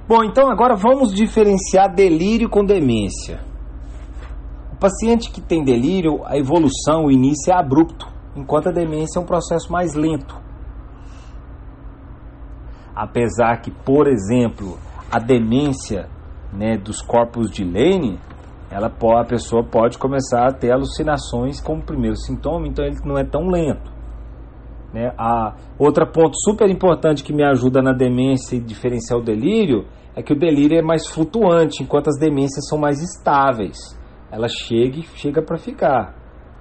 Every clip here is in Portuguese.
Bom, então agora vamos diferenciar delírio com demência. O paciente que tem delírio, a evolução, o início é abrupto, enquanto a demência é um processo mais lento. Apesar que, por exemplo, a demência, né, dos corpos de Lane, a pessoa pode começar a ter alucinações como primeiro sintoma, então ele não é tão lento. Né? Outro ponto super importante que me ajuda na demência e diferenciar o delírio é que o delírio é mais flutuante, enquanto as demências são mais estáveis. Ela chega para ficar.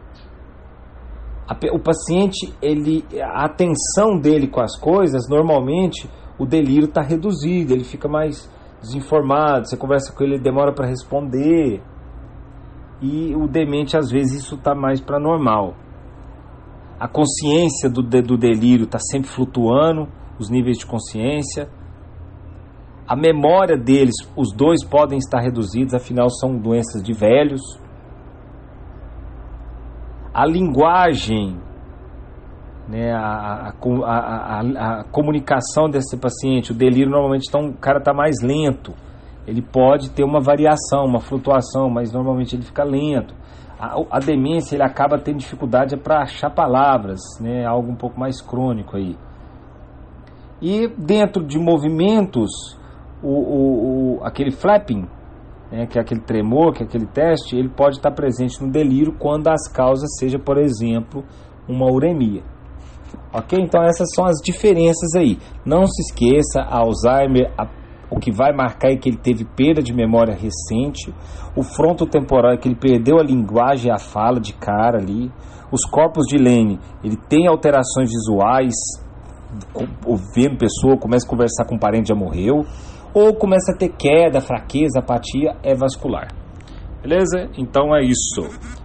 O paciente, a atenção dele com as coisas, normalmente o delírio está reduzido, ele fica mais desinformado, você conversa com ele, ele demora para responder. E o demente, às vezes, isso está mais para normal. A consciência do delírio está sempre flutuando, os níveis de consciência. A memória deles, os dois podem estar reduzidos, afinal são doenças de velhos. A linguagem, né, a comunicação desse paciente, o delírio normalmente o cara está mais lento. Ele pode ter uma variação, uma flutuação, mas normalmente ele fica lento. A demência, ele acaba tendo dificuldade para achar palavras, né, algo um pouco mais crônico aí. E dentro de movimentos, aquele flapping, né, que é aquele tremor, que é aquele teste, ele pode estar presente no delírio quando as causas seja, por exemplo, uma uremia. Ok? Então essas são as diferenças aí. Não se esqueça, a Alzheimer, o que vai marcar é que ele teve perda de memória recente. O frontotemporal é que ele perdeu a linguagem e a fala de cara ali. Os corpos de Lane, ele tem alterações visuais, vendo pessoa, começa a conversar com um parente que já morreu, ou começa a ter queda, fraqueza, apatia, é vascular. Beleza? Então é isso.